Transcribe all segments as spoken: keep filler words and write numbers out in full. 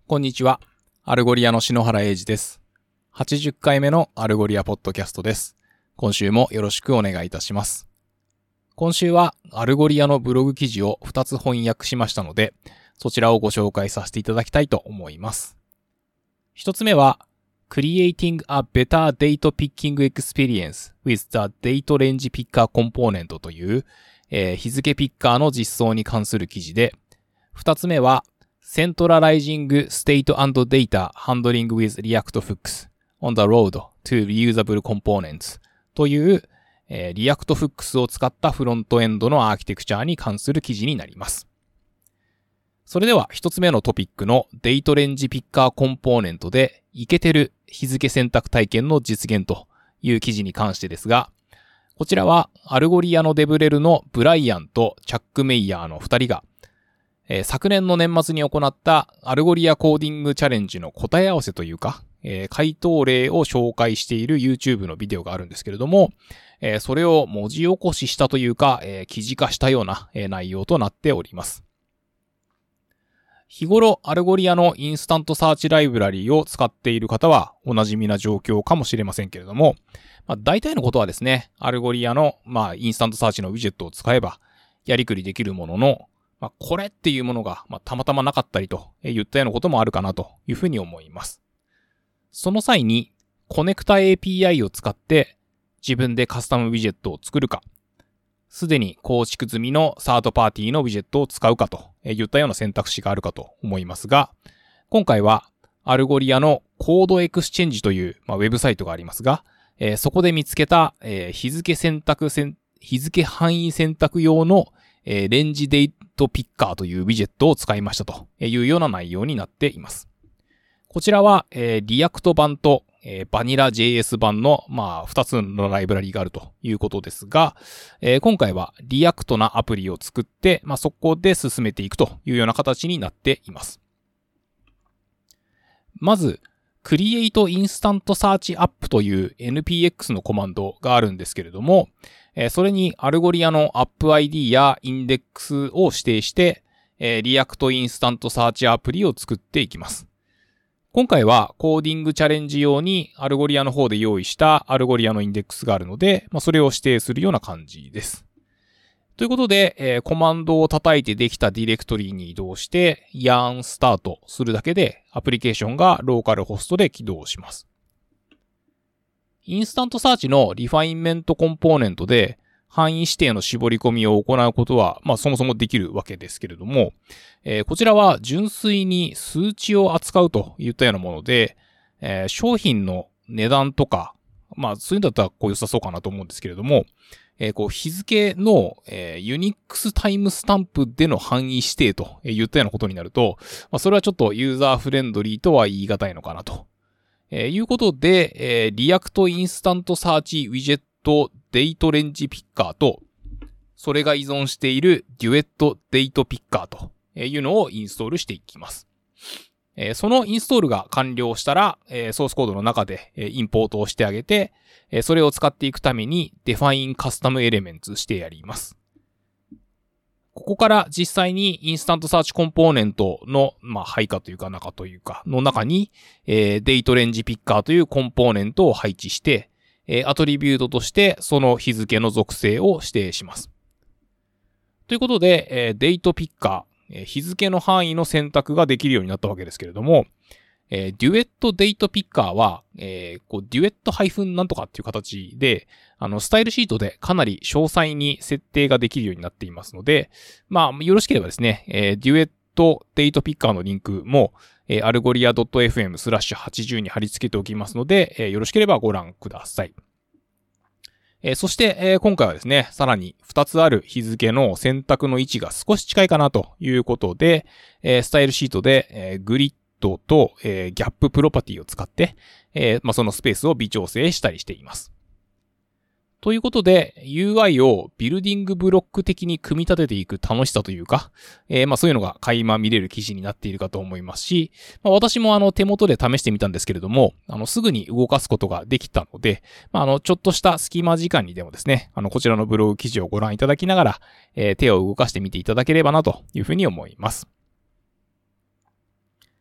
こんにちは。アルゴリアの篠原英二です。はちじゅっかいめのアルゴリアポッドキャストです。今週もよろしくお願いいたします。今週はアルゴリアのブログ記事をふたつ翻訳しましたので、そちらをご紹介させていただきたいと思います。ひとつめは、Creating a better date picking experience with the date range picker component という、えー、日付ピッカーの実装に関する記事で、ふたつめは、Centralizing State and Data Handling with React Hooks on the Road to Reusable Components という、えー、React Hooks を使ったフロントエンドのアーキテクチャに関する記事になります。それでは一つ目のトピックの Date Range Picker Component でイケてる日付選択体験の実現という記事に関してですが、こちらはアルゴリアのデブレルのブライアンとチャック・メイヤーのふたりがえー、昨年の年末に行ったアルゴリアコーディングチャレンジの答え合わせというか、えー、回答例を紹介している YouTube のビデオがあるんですけれども、えー、それを文字起こししたというか、えー、記事化したような、えー、内容となっております。日頃アルゴリアのインスタントサーチライブラリーを使っている方はおなじみな状況かもしれませんけれども、まあ、大体のことはですね、アルゴリアの、まあ、インスタントサーチのウィジェットを使えばやりくりできるものの、まあ、これっていうものが、まあ、たまたまなかったりと言ったようなこともあるかなというふうに思います。その際に、コネクタ エーピーアイ を使って自分でカスタムウィジェットを作るか、すでに構築済みのサードパーティーのウィジェットを使うかと言ったような選択肢があるかと思いますが、今回はアルゴリアのコードエクスチェンジという、まあ、ウェブサイトがありますが、えー、そこで見つけた、えー、日付選択選、日付範囲選択用のえー、レンジデートピッカーというウィジェットを使いましたというような内容になっています。こちらは、えー、リアクト版と、えー、バニラ ジェイエス 版の、まあ、ふたつのライブラリがあるということですが、えー、今回はリアクトなアプリを作って、まあ、そこで進めていくというような形になっています。まず、Create Instant Search App という エヌピーエックス のコマンドがあるんですけれども、それにアルゴリアの App アイディー やインデックスを指定して、React Instant Search アプリを作っていきます。今回はコーディングチャレンジ用にアルゴリアの方で用意したアルゴリアのインデックスがあるので、まあ、それを指定するような感じです。ということで、えー、コマンドを叩いてできたディレクトリに移動して、yarn スタートするだけで、アプリケーションがローカルホストで起動します。インスタントサーチのリファインメントコンポーネントで、範囲指定の絞り込みを行うことは、まあそもそもできるわけですけれども、えー、こちらは純粋に数値を扱うといったようなもので、えー、商品の値段とか、まあそういうんだったらこう良さそうかなと思うんですけれども、えー、こう日付の、えー、ユニックスタイムスタンプでの範囲指定と言ったようなことになると、まあ、それはちょっとユーザーフレンドリーとは言い難いのかなと、えー、いうことで、えー、リアクトインスタントサーチウィジェットデートレンジピッカーと、それが依存しているデュエットデートピッカーというのをインストールしていきます。えー、そのインストールが完了したら、えー、ソースコードの中で、えー、インポートをしてあげて、えー、それを使っていくために define custom elements してやります。ここから実際にインスタントサーチコンポーネントの、まあ、配下というか中というかの中に、えー、デートレンジピッカーというコンポーネントを配置して、えー、アトリビュートとしてその日付の属性を指定します。ということで、えー、デートピッカー、日付の範囲の選択ができるようになったわけですけれども、えー、デュエットデートピッカーは、えー、こうデュエットハイフンなんとかっていう形で、あの、スタイルシートでかなり詳細に設定ができるようになっていますので、まあ、よろしければですね、えー、デュエットデートピッカーのリンクも、えー、アルゴリア .fm スラッシュはちじゅうに貼り付けておきますので、えー、よろしければご覧ください。えー、そして、えー、今回はですね、さらにふたつある日付の選択の位置が少し近いかなということで、えー、スタイルシートで、えー、グリッドと、えー、ギャッププロパティを使って、えーまあ、そのスペースを微調整したりしています。ということで ユーアイ をビルディングブロック的に組み立てていく楽しさというか、えー、まあそういうのが垣間見れる記事になっているかと思いますし、まあ、私もあの手元で試してみたんですけれども、あのすぐに動かすことができたので、まああのちょっとした隙間時間にでもですね、あのこちらのブログ記事をご覧いただきながら、えー、手を動かしてみていただければなというふうに思います。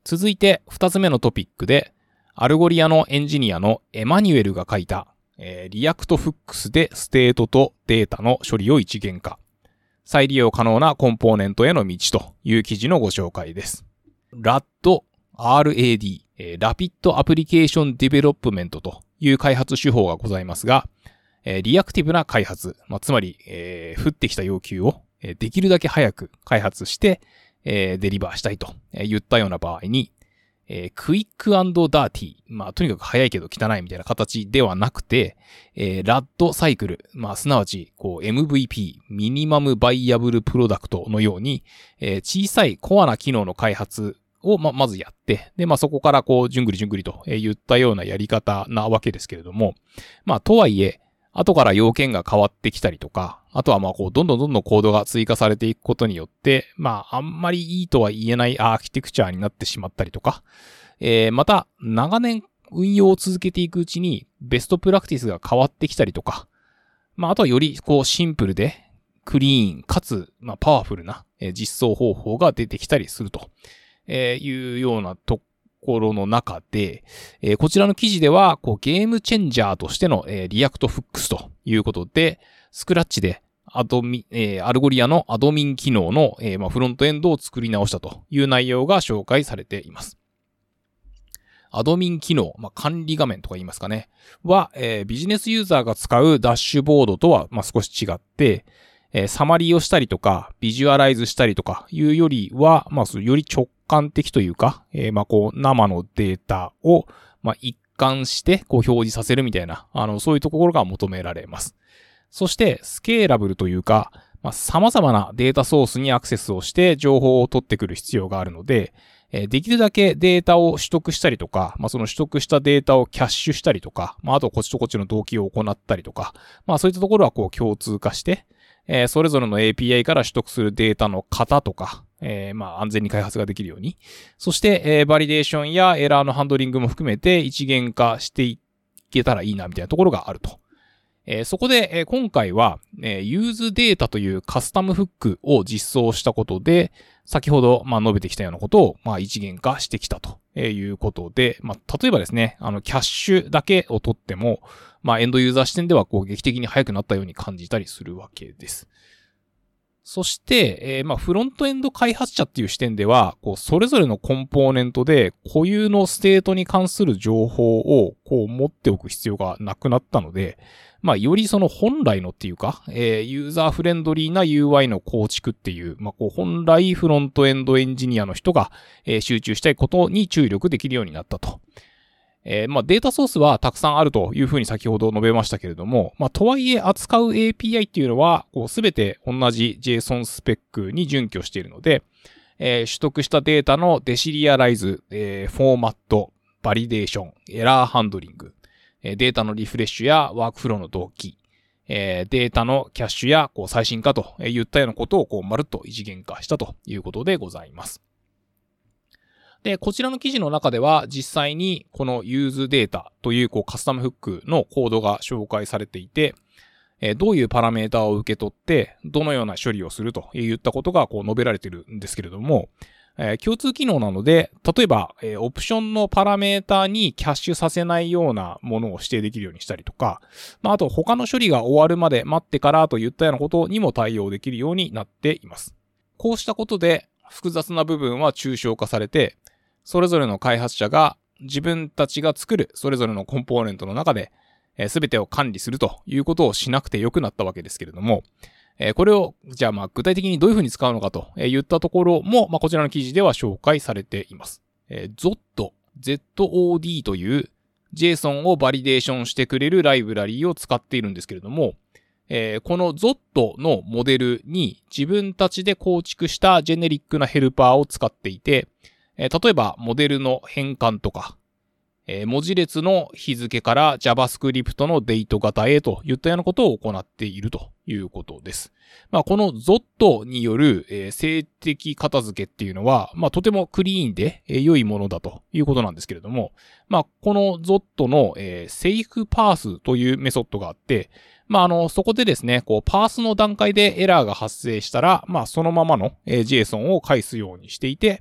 続いて二つ目のトピックで、アルゴリアのエンジニアのエマニュエルが書いた、えー、リアクトフックスでステートとデータの処理を一元化。再利用可能なコンポーネントへの道という記事のご紹介です。ラッド、アールエーディー、えー、Rapid Application Development という開発手法がございますが、えー、リアクティブな開発、まあ、つまり、えー、降ってきた要求を、えー、できるだけ早く開発して、えー、デリバーしたいと言ったような場合に、えー、クイック&ダーティー、まあ、とにかく早いけど汚いみたいな形ではなくて、えー、ラッドサイクル、まあ、すなわち、こう、エムブイピー、ミニマムバイアブルプロダクトのように、えー、小さいコアな機能の開発を、ま、まずやって、で、まあ、そこからこう、じゅんぐりじゅんぐりと言ったようなやり方なわけですけれども、まあ、とはいえ、後から要件が変わってきたりとか、あとはまあこうどんどんどんどんコードが追加されていくことによって、まああんまりいいとは言えないアーキテクチャになってしまったりとか、えー、また長年運用を続けていくうちにベストプラクティスが変わってきたりとか、まああとはよりこうシンプルでクリーンかつまあパワフルな実装方法が出てきたりするというようなとところの中で、えー、こちらの記事ではこうゲームチェンジャーとしての、えー、リアクトフックスということで、スクラッチでアドミ、えー、アルゴリアのアドミン機能の、えーまあ、フロントエンドを作り直したという内容が紹介されています。アドミン機能、まあ、管理画面とか言いますかね、は、えー、ビジネスユーザーが使うダッシュボードとは、まあ、少し違って、えー、サマリーをしたりとか、ビジュアライズしたりとかいうよりは、まあ、より直感的というか、えー、まあ、こう、生のデータを、まあ、一貫して、こう、表示させるみたいな、あの、そういうところが求められます。そして、スケーラブルというか、まあ、様々なデータソースにアクセスをして情報を取ってくる必要があるので、えー、できるだけデータを取得したりとか、まあ、その取得したデータをキャッシュしたりとか、まあ、あとこっちとこっちの同期を行ったりとか、まあ、そういったところはこう共通化して、えー、それぞれの エーピーアイ から取得するデータの型とか、えー、まあ安全に開発ができるように。そして、えー、バリデーションやエラーのハンドリングも含めて一元化していけたらいいなみたいなところがあると。えー、そこで、えー、今回は、えー、ユーズデータというカスタムフックを実装したことで、先ほど、まあ、述べてきたようなことを、まあ、一元化してきたということで、まあ、例えばですね、あの、キャッシュだけを取っても、まあ、エンドユーザー視点では、こう、劇的に速くなったように感じたりするわけです。そして、えー、まあ、フロントエンド開発者っていう視点では、こう、それぞれのコンポーネントで固有のステートに関する情報を、こう、持っておく必要がなくなったので、まあ、よりその本来のっていうか、えー、ユーザーフレンドリーな ユーアイ の構築っていう、まあ、こう、本来フロントエンドエンジニアの人が、えー、集中したいことに注力できるようになったと。えー、まあ、データソースはたくさんあるというふうに先ほど述べましたけれども、まあ、とはいえ扱う エーピーアイ っていうのは、こう、すべて同じ JSON スペックに準拠しているので、えー、取得したデータのデシリアライズ、えー、フォーマット、バリデーション、エラーハンドリング、えー、データのリフレッシュやワークフローの同期、えー、データのキャッシュやこう最新化といったようなことをこうまるっと一元化したということでございます。で、こちらの記事の中では実際にこのユーズデータというこうカスタムフックのコードが紹介されていて、えー、どういうパラメータを受け取ってどのような処理をするといったことがこう述べられているんですけれども、えー、共通機能なので、例えば、えー、オプションのパラメータにキャッシュさせないようなものを指定できるようにしたりとか、まあ、あと他の処理が終わるまで待ってからといったようなことにも対応できるようになっています。こうしたことで複雑な部分は抽象化されて、それぞれの開発者が自分たちが作るそれぞれのコンポーネントの中で、えー、全てを管理するということをしなくてよくなったわけですけれども、えー、これをじゃあまあ具体的にどういうふうに使うのかといったところも、まあ、こちらの記事では紹介されています。えー、ゾット、ゼットオーディー という JSON をバリデーションしてくれるライブラリーを使っているんですけれども、えー、この ゾット のモデルに自分たちで構築したジェネリックなヘルパーを使っていて、えー、例えばモデルの変換とか、えー、文字列の日付から JavaScript のデート型へといったようなことを行っているということです。まあ、この ゾット による、えー、静的片付けっていうのは、まあ、とてもクリーンで、えー、良いものだということなんですけれども、まあ、この ゾット の、えー、セーフパースというメソッドがあって、まあ、あの、そこでですね、こう、パースの段階でエラーが発生したら、まあ、そのままの、えー、JSON を返すようにしていて、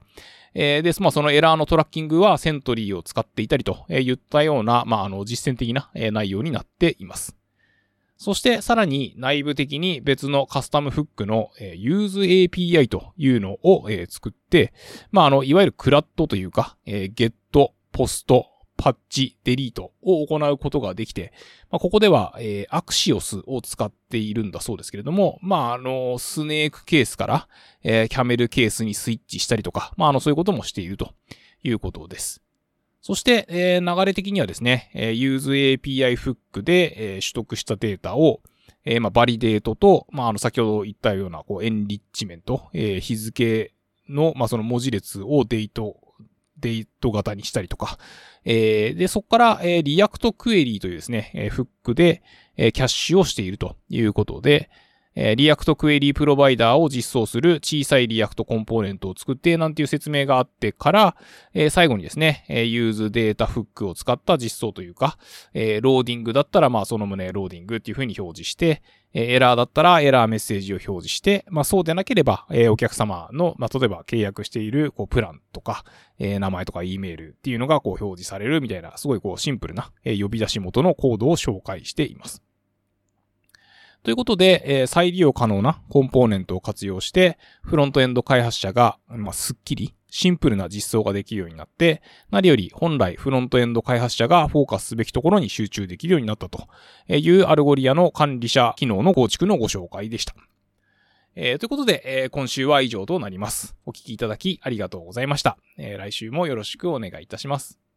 えー、で、まあ、そのエラーのトラッキングはセントリーを使っていたりといったような、まあ、あの、実践的な内容になっています。そしてさらに内部的に別のカスタムフックの Use エーピーアイ というのを作って、まあ、あの、いわゆるクラットというか、Get、Post、パッチ、デリートを行うことができて、まあ、ここでは、えー、アクシオスを使っているんだそうですけれども、まあ、あの、スネークケースから、えー、キャメルケースにスイッチしたりとか、まあ、あの、そういうこともしているということです。そして、えー、流れ的にはですね、えー、Use エーピーアイ フックで、えー、取得したデータを、えー、まあ、バリデートと、まあ、あの、先ほど言ったような、こう、エンリッチメント、えー、日付の、まあ、その文字列をデート、デート型にしたりとか、えー、で、そこから、えー、リアクトクエリーというですね、えー、フックで、えー、キャッシュをしているということで、えー、リアクトクエリープロバイダーを実装する小さいリアクトコンポーネントを作ってなんていう説明があってから、えー、最後にですね、えー、Use データフックを使った実装というか、えー、ローディングだったらまあその旨ローディングっていう風に表示して、えー、エラーだったらエラーメッセージを表示して、まあそうでなければ、えー、お客様の、まあ例えば契約しているこうプランとか、えー、名前とか E メールっていうのがこう表示されるみたいな、すごいこうシンプルな、えー、呼び出し元のコードを紹介しています。ということで、えー、再利用可能なコンポーネントを活用して、フロントエンド開発者が、まあ、すっきり、シンプルな実装ができるようになって、何より本来フロントエンド開発者がフォーカスすべきところに集中できるようになったというアルゴリアの管理者機能の構築のご紹介でした。えー、ということで、えー、今週は以上となります。お聞きいただきありがとうございました。えー、来週もよろしくお願いいたします。